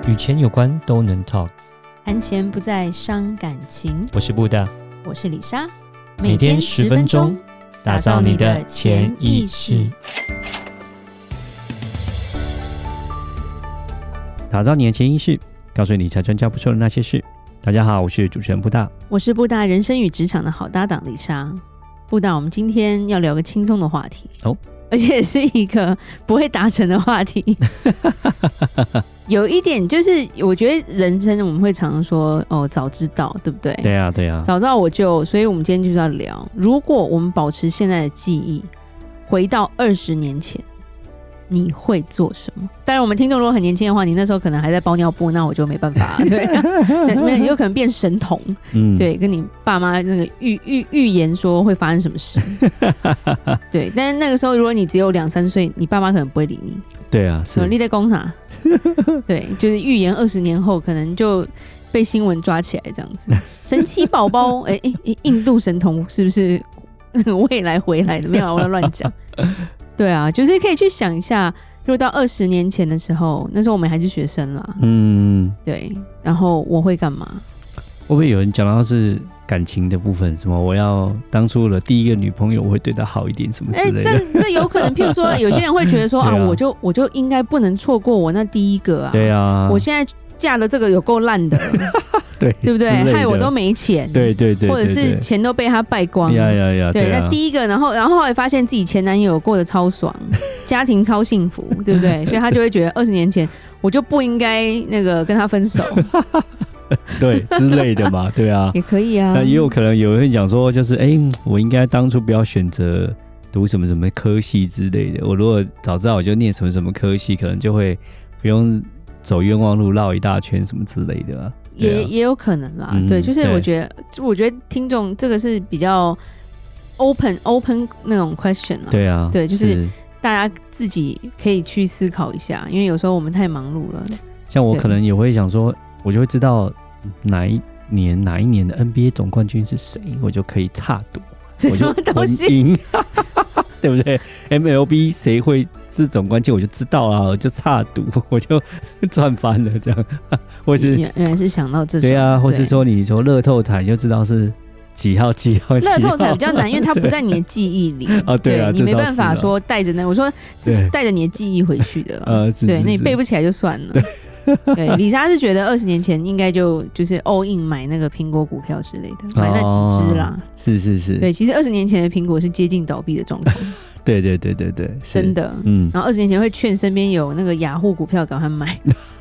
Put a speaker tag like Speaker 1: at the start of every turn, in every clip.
Speaker 1: 与钱有关都能 talk。
Speaker 2: 谈钱不再伤感情。
Speaker 1: 我是布大，
Speaker 2: 我是李莎，
Speaker 1: 每天10分钟，打造你的潜意识，打造你的潜意识，告诉你理财专家不说的那些事。大家好，我是主持人布大，
Speaker 2: 我是布大人生与职场的好搭档李莎。布大，我们今天要聊个轻松的话题
Speaker 1: 哦，
Speaker 2: 而且是一个不会达成的话题。有一点就是，我觉得人生我们会常常说哦，早知道，对不对？
Speaker 1: 对啊，对啊，
Speaker 2: 早知道我就，所以我们今天就是要聊，如果我们保持现在的记忆，回到20年前，你会做什么？当然，我们听众如果很年轻的话，你那时候可能还在包尿布，那我就没办法，对，对，你有可能变神童，对，跟你爸妈那个预言说会发生什么事，对。但是那个时候，如果你只有2-3岁，你爸妈可能不会理你，
Speaker 1: 对啊，是
Speaker 2: 你在讲啥？对，就是预言20年后可能就被新闻抓起来这样子。神奇宝宝，印度神童是不是未来回来的？没有，我要乱讲。对啊，就是可以去想一下，如果到20年前的时候，那时候我们还是学生啦，对，然后我会干嘛？
Speaker 1: 会不会有人讲到是感情的部分，什么我要当初的第一个女朋友，我会对她好一点，什么之类的？
Speaker 2: 这有可能。譬如说，有些人会觉得说啊，我就应该不能错过我那第一个啊。
Speaker 1: 对啊，
Speaker 2: 我现在嫁的这个有够烂的，对不对？害我都没钱，
Speaker 1: 对，或
Speaker 2: 者是钱都被他败光。
Speaker 1: 呀，
Speaker 2: 对，那第一个，然后后来发现自己前男友过得超爽，家庭超幸福，对不对？所以他就会觉得20年前我就不应该那个跟他分手。
Speaker 1: 对之类的嘛，对啊，
Speaker 2: 也可以啊。
Speaker 1: 那也有可能有人讲说，就是我应该当初不要选择读什么什么科系之类的。我如果早知道我就念什么什么科系，可能就会不用走冤枉路绕一大圈什么之类的啊。
Speaker 2: 也有可能啦，对，就是我觉得听众这个是比较 open 那种 question 啦。
Speaker 1: 对啊，
Speaker 2: 对，就是大家自己可以去思考一下，因为有时候我们太忙碌了。
Speaker 1: 像我可能也会想说，我就会知道哪一年的 NBA 总冠军是谁，我就可以插赌，
Speaker 2: 什么东西，
Speaker 1: 对不对 ？MLB 谁会是总冠军，我就知道啦，我就插赌，我就赚翻了这样。或是
Speaker 2: 原来是想到这种，
Speaker 1: 对啊，或是说你从乐透彩就知道是几号。乐
Speaker 2: 透彩比较难，因为它不在你的记忆里。
Speaker 1: 哦，对啊，
Speaker 2: 你没办法说带着那，我说是带着你的记忆回去的。对，那你背不起来就算了。对，李莎是觉得20年前应该就是 all in 买那个苹果股票之类的，买那几只啦。是。对，其实20年前的苹果是接近倒闭的状况。对，真的。然后20年前会劝身边有那个雅虎股票赶快买。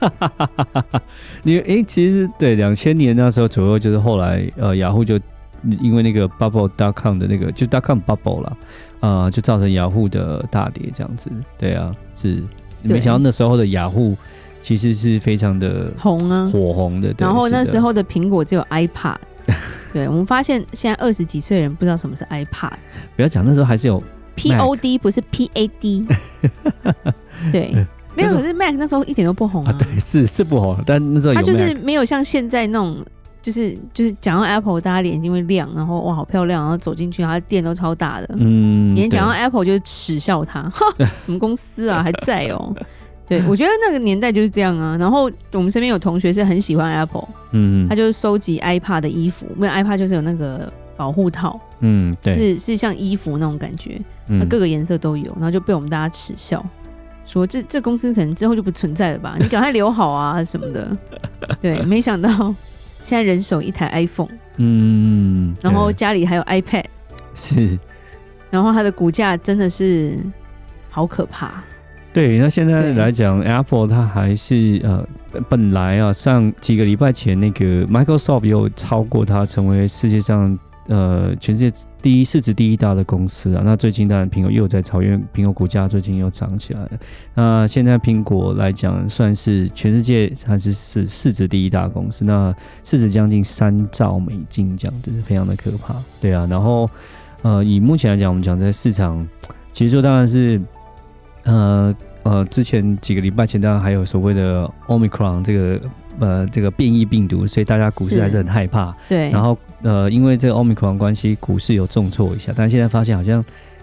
Speaker 1: 其实对2000年那时候左右，就是后来雅虎就因为那个 bubble.com 的那个就 .com bubble 啦，就造成雅虎的大跌这样子。对啊，是没想到那时候的雅虎其实是非常的
Speaker 2: 红啊，
Speaker 1: 火红的。
Speaker 2: 然后那时候的苹果只有 iPad。对，我们发现现在20几岁的人不知道什么是 iPad。
Speaker 1: 不要讲，那时候还是有
Speaker 2: POD 不是 PAD。对，没有，可是 Mac 那时候一点都不红啊。
Speaker 1: 对，是不红，但那时候有 Mac，
Speaker 2: 它就是没有像现在那种，就是讲到 Apple， 大家眼睛会亮，然后哇好漂亮，然后走进去，它店都超大的。连讲到 Apple 就是耻笑它，什么公司啊还在哦。对，我觉得那个年代就是这样啊。然后我们身边有同学是很喜欢 Apple，他就是收集 iPad 的衣服，因为 iPad 就是有那个保护套，对，是像衣服那种感觉，各个颜色都有，然后就被我们大家耻笑，说这公司可能之后就不存在了吧，你赶快留好啊什么的。对，没想到现在人手一台 iPhone，然后家里还有 iPad，
Speaker 1: 是，
Speaker 2: 然后它的股价真的是好可怕。
Speaker 1: 对，那现在来讲 ，Apple 它还是本来啊，上几个礼拜前那个 Microsoft 有超过它，成为世界上全世界市值第一大的公司啊。那最近当然苹果又在超越，苹果股价最近又涨起来了。那现在苹果来讲，算是全世界还是市值第一大公司，那市值将近3兆美金，这样子非常的可怕。对啊，然后以目前来讲，我们讲在市场，其实就当然是。之前几个礼拜前，当然还有所谓的 Omicron 这个变异病毒，所以大家股市还是很害怕。
Speaker 2: 对。
Speaker 1: 然后因为这个 Omicron 关系，股市有重挫一下，但现在发现好像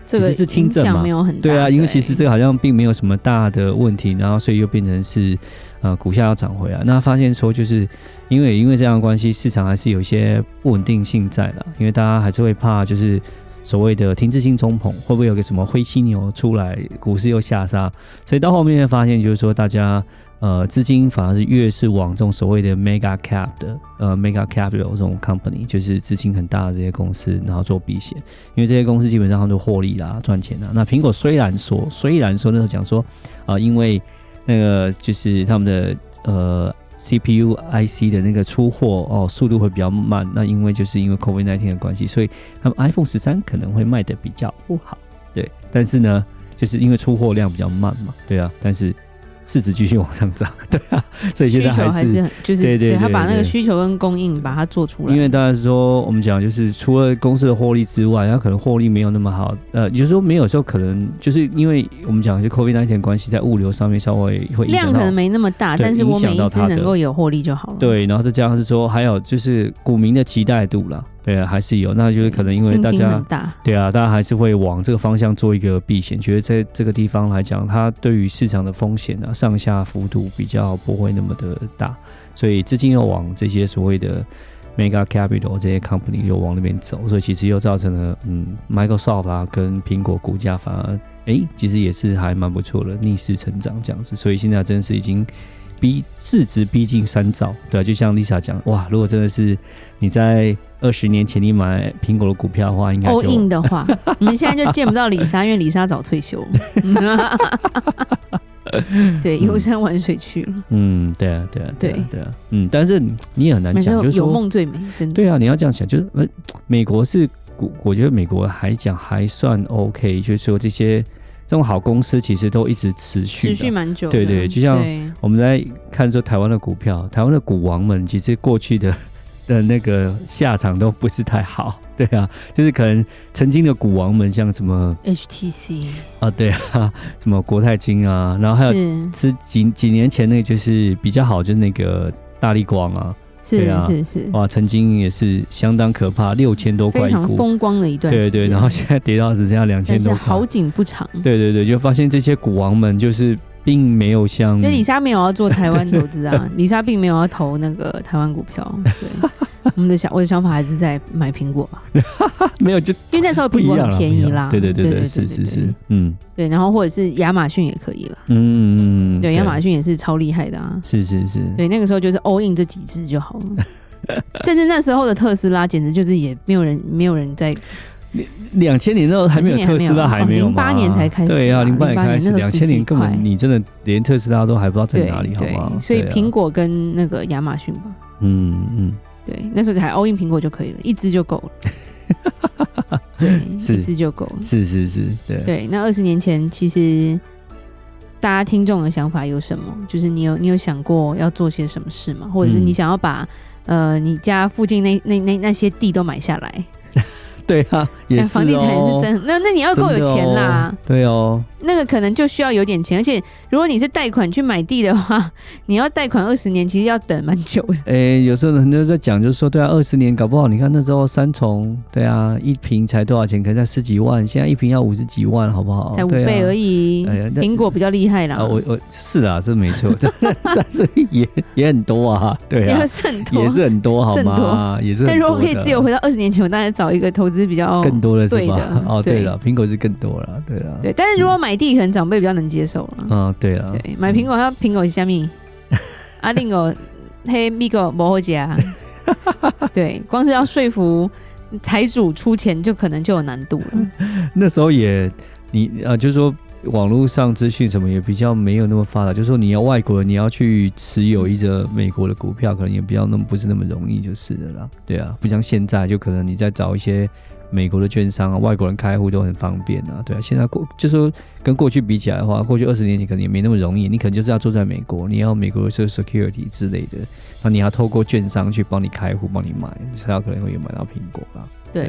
Speaker 2: 这个
Speaker 1: 其实是轻症嘛，
Speaker 2: 没有很大，
Speaker 1: 对啊，因为其实这个好像并没有什么大的问题，然后所以又变成是股价要涨回来。那发现说就是因为这样的关系，市场还是有一些不稳定性在啦，因为大家还是会怕就是所谓的停滞性通膨会不会有个什么灰犀牛出来，股市又下杀，所以到后面发现就是说大家资金反而是越是往这种所谓的 mega cap 的mega capital 这种 company， 就是资金很大的这些公司，然后做避险，因为这些公司基本上他们都获利啦，赚钱啦。那苹果虽然说那时候讲说因为那个就是他们的CPU IC 的那个出货速度会比较慢，那因为 COVID-19 的关系，所以他们 iPhone 13可能会卖得比较不好，对，但是呢就是因为出货量比较慢嘛，对啊，但是市值继续往上涨，对啊，所以现在还是
Speaker 2: 就是对他把那个需求跟供应把它做出来。
Speaker 1: 因为当然说我们讲就是除了公司的获利之外，它可能获利没有那么好，也就是说没有时候可能就是因为我们讲就 COVID-19 的关系，在物流上面稍微会影响到，
Speaker 2: 量可能没那么大，但是我每一只能够有获利就好了。
Speaker 1: 对，然后再加上是说还有就是股民的期待度啦。对啊，还是有，那就是可能因为大家对啊，大家还是会往这个方向做一个避险，觉得在这个地方来讲，它对于市场的风险啊上下幅度比较不会那么的大，所以资金又往这些所谓的 mega capital 这些 company 又往那边走，所以其实又造成了Microsoft 啊跟苹果股价反而其实也是还蛮不错的逆势成长这样子，所以现在真的是已经市值逼近3兆，对啊，就像 Lisa 讲，哇，如果真的是你在20年前你买苹果的股票的话，应该就
Speaker 2: all in 的话，你们现在就见不到李莎，因为李莎早退休对，游山玩水去了。对啊，但是你也很难讲，就是说有梦最美，真的。
Speaker 1: 对啊，你要这样想，就是美国是我觉得美国还算 OK， 就是说这种好公司其实都一直持续
Speaker 2: 蛮久的，
Speaker 1: 对对，就像我们在看说台湾的股票，台湾的股王们其实过去的那个下场都不是太好，对啊，就是可能曾经的股王们像什么
Speaker 2: HTC
Speaker 1: 啊，对啊，什么国泰金啊，然后还有是几年前那个就是比较好，就是那个大立光啊。
Speaker 2: 是
Speaker 1: 哇，曾经也是相当可怕，6000多块一股，
Speaker 2: 非常风光的一段时间。
Speaker 1: 对，然后现在跌到只剩下2000多块，
Speaker 2: 但是好景不长。
Speaker 1: 对，就发現這些股王們就是並沒有像，
Speaker 2: 因為李莎沒有要做台灣投資啊，李莎並沒有要投那個台灣股票。對，我的想法還是在買蘋果吧。
Speaker 1: 沒有，就
Speaker 2: 因為那時候蘋果很便宜啦。對，
Speaker 1: 是，
Speaker 2: 對，然後或者是亞馬遜也可以啦。對，亞馬遜也是超厲害的啊。
Speaker 1: 是。
Speaker 2: 對，那個時候就是 all in 這幾隻就好了。甚至那時候的特斯拉簡直就是也沒有人在。
Speaker 1: 2000年那時候還沒有特斯拉，還沒有嗎？08
Speaker 2: 年才開始，
Speaker 1: 對啊，08年開始，2000年根本你真的連特斯拉都還不知道在哪裡，好不好？
Speaker 2: 所以蘋果跟那個亞馬遜吧，對，那時候還 all in 蘋果就可以了，一支就夠了。對，一支就夠了。
Speaker 1: 是，
Speaker 2: 對，那20年前其實大家聽眾的想法有什麼？就是你有想過要做些什麼事嗎？或者是你想要把你家附近那些地都買下來？
Speaker 1: 对啊，也是
Speaker 2: 房地产也是真的，那你要够有钱啦。
Speaker 1: 对哦，
Speaker 2: 那个可能就需要有点钱，而且如果你是贷款去买地的话，你要贷款20年，其实要等蛮久的。
Speaker 1: 有时候很多人在讲，就是说，对啊，20年搞不好，你看那时候三重，对啊，一坪才多少钱？可能才10几万，现在一坪要50几万，好不好？
Speaker 2: 才5倍而已。苹果比较厉害啦。
Speaker 1: 我是啦，这没错，但是也很多啊，对啊，也是很多，好吗？也是很多。
Speaker 2: 但如果可以自由回到20年前，我当然找一个投资比较
Speaker 1: 更多的是吧？对了，苹果是更多了，对了，
Speaker 2: 对。但是如果买地，可能长辈比较能接受了。
Speaker 1: 对了，
Speaker 2: 对，买苹果要苹果是什么？啊，另个黑米果不好吃。对，光是要说服财主出钱，就可能就有难度了。
Speaker 1: 那时候就是说网络上资讯什么也比较没有那么发达，就是说你要外国人，你要去持有一个美国的股票，可能也不是那么容易，就是了啦。对啊，不像现在，就可能你在找一些美国的券商啊，外国人开户都很方便啊。对啊，现在就是说跟过去比起来的话，过去20年前可能也没那么容易，你可能就是要住在美国，你要美国的 Social Security 之类的，那你要透过券商去帮你开户，帮你买，才有可能会有买到苹果啦。
Speaker 2: 对。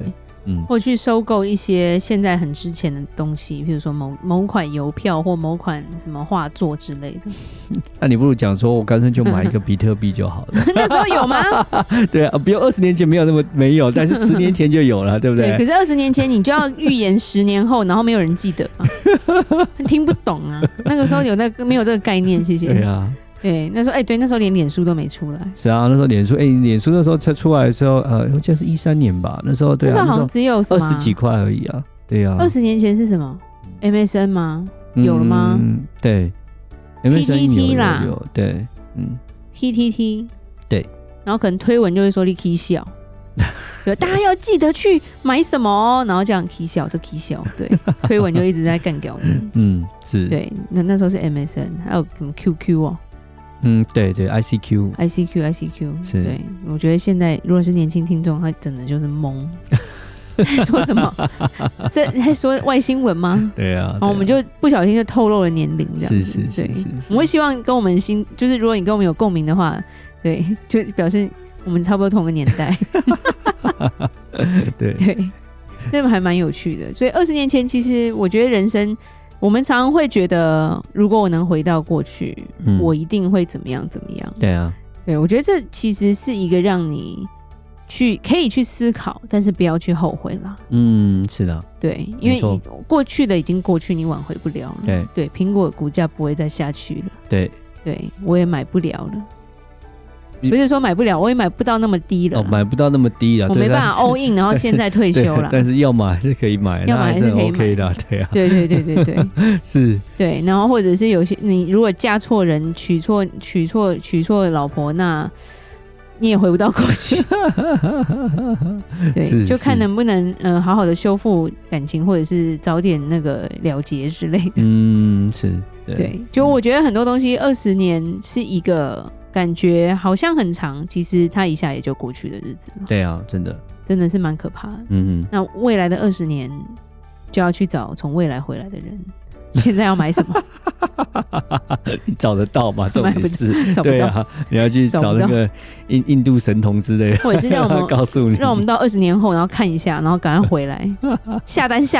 Speaker 2: 或去收购一些现在很值钱的东西，比如说某款邮票或某款什么画作之类的。
Speaker 1: 那你不如讲说，我干脆就买一个比特币就好了。
Speaker 2: 那时候有吗？对
Speaker 1: 啊，比如20年前没有，但是10年前就有了，对不对？
Speaker 2: 对，可是20年前你就要预言10年后，然后没有人记得啊，听不懂啊。那个时候没有这个概念，谢谢。
Speaker 1: 对啊。
Speaker 2: 对，那时候对，那时候连脸书都没出来。
Speaker 1: 是啊，那时候脸书那时候才出来的时候，我记得是13年吧。那时候对啊，
Speaker 2: 那时候好像只有什么
Speaker 1: 20几块而已啊。对啊。
Speaker 2: 20年前是什么 ？MSN 吗？有了吗？
Speaker 1: 对
Speaker 2: ，PTT 啦，
Speaker 1: 有对
Speaker 2: ，PTT
Speaker 1: 对，
Speaker 2: 然后可能推文就会说你 K 笑，对，大家要记得去买什么哦，然后这样 K 笑，这 K 笑，对，推文就一直在干掉你。
Speaker 1: 是，
Speaker 2: 对，那时候是 MSN， 还有什么 QQ 哦。
Speaker 1: 对对 ，ICQ
Speaker 2: 是，对，我觉得现在如果是年轻听众，他真的就是懵，在说什么？在说外新闻吗？
Speaker 1: 对啊，
Speaker 2: 然后我们就不小心就透露了年龄，这样子。
Speaker 1: 是。
Speaker 2: 我们会希望跟我们就是如果你跟我们有共鸣的话，对，就表示我们差不多同个年代。
Speaker 1: 对，
Speaker 2: 那还蛮有趣的。所以20年前，其实我觉得人生。我们常常会觉得，如果我能回到过去，我一定会怎么样怎么样。
Speaker 1: 对啊，
Speaker 2: 对，我觉得这其实是一个让你可以去思考，但是不要去后悔啦。
Speaker 1: 是的，
Speaker 2: 对，因为过去的已经过去，你挽回不了了。对，苹果的股价不会再下去了。对，我也买不了了。不是说买不了，我也买不到那么低了。
Speaker 1: 买不到那么低了，
Speaker 2: 我没办法 all in， 然后现在退休了。
Speaker 1: 但是要买还是可以买，
Speaker 2: 要买还是可以买
Speaker 1: OK 的，对啊。
Speaker 2: 对，
Speaker 1: 是。
Speaker 2: 对，然后或者是有些你如果嫁错人，娶错老婆，那你也回不到过去。对，就看能不能好好的修复感情，或者是早点那个了结之类的。
Speaker 1: 是。
Speaker 2: 对，就我觉得很多东西20年是一个。感觉好像很长，其实它一下也就过去的日子了。对
Speaker 1: 啊，
Speaker 2: 真的是蛮可怕的。那未来的20年就要去找从未来回来的人。现在要买什么？
Speaker 1: 你找得到吗？重点是
Speaker 2: 找不到。
Speaker 1: 对啊，你要去找那个印度神童之类的，
Speaker 2: 或者是让我们
Speaker 1: 告诉你，
Speaker 2: 让我们到20年后，然后看一下，然后赶快回来下单。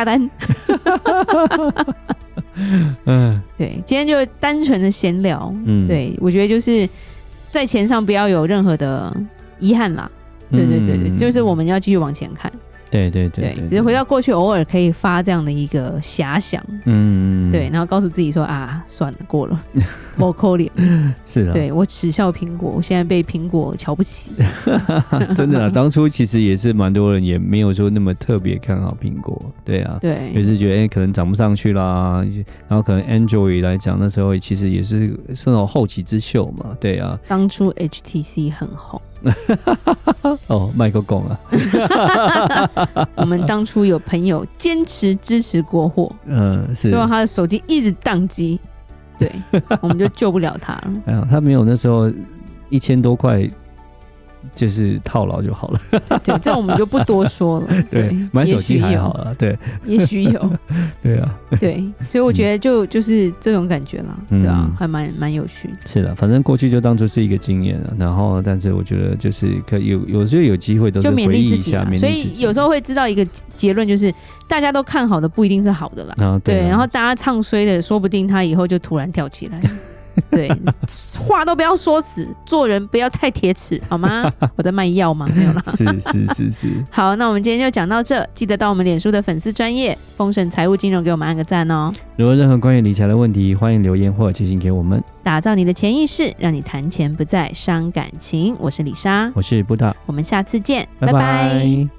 Speaker 2: 对，今天就单纯的闲聊。对，我觉得就是在钱上不要有任何的遗憾啦。对，就是我们要继续往前看。对，只是回到过去，偶尔可以发这样的一个遐想。对，然后告诉自己说啊，算了，过了，我可怜。
Speaker 1: 是的，
Speaker 2: 对，我耻笑苹果，我现在被苹果瞧不起。
Speaker 1: 真的啊，当初其实也是蛮多人也没有说那么特别看好苹果。对啊，
Speaker 2: 对，
Speaker 1: 也是觉得可能涨不上去啦，然后可能 Android 来讲，那时候其实也是那种后起之秀嘛。对啊，
Speaker 2: 当初 HTC 很红。
Speaker 1: 麦克讲
Speaker 2: 啊，我们当初有朋友坚持支持国货，
Speaker 1: 是，
Speaker 2: 结果他的手机一直宕机，对，我们就救不了他了。
Speaker 1: 他没有那时候1000多块，就是套牢就好了。
Speaker 2: 对，这我们就不多说了。
Speaker 1: 对，买手机还好了。对，
Speaker 2: 也许有。
Speaker 1: 对啊，
Speaker 2: 对，所以我觉得就是这种感觉啦，对啊，还蛮有趣的。
Speaker 1: 是的，反正过去就当作是一个经验了，然后但是我觉得就是有时候有机会都是回忆一下，勉励自己。
Speaker 2: 所以有时候会知道一个结论，就是大家都看好的不一定是好的啦。对，然后大家唱衰的，说不定他以后就突然跳起来。对，话都不要说死，做人不要太铁齿，好吗？我在卖药吗？没有啦。
Speaker 1: 是。
Speaker 2: 好，那我们今天就讲到这，记得到我们脸书的粉丝专页丰盛财务金融给我们按个赞哦。
Speaker 1: 如果任何关于理财的问题，欢迎留言或者寄信给我们。
Speaker 2: 打造你的潜意识，让你谈钱不再伤感情。我是李莎，
Speaker 1: 我是布大，
Speaker 2: 我们下次见，
Speaker 1: 拜拜。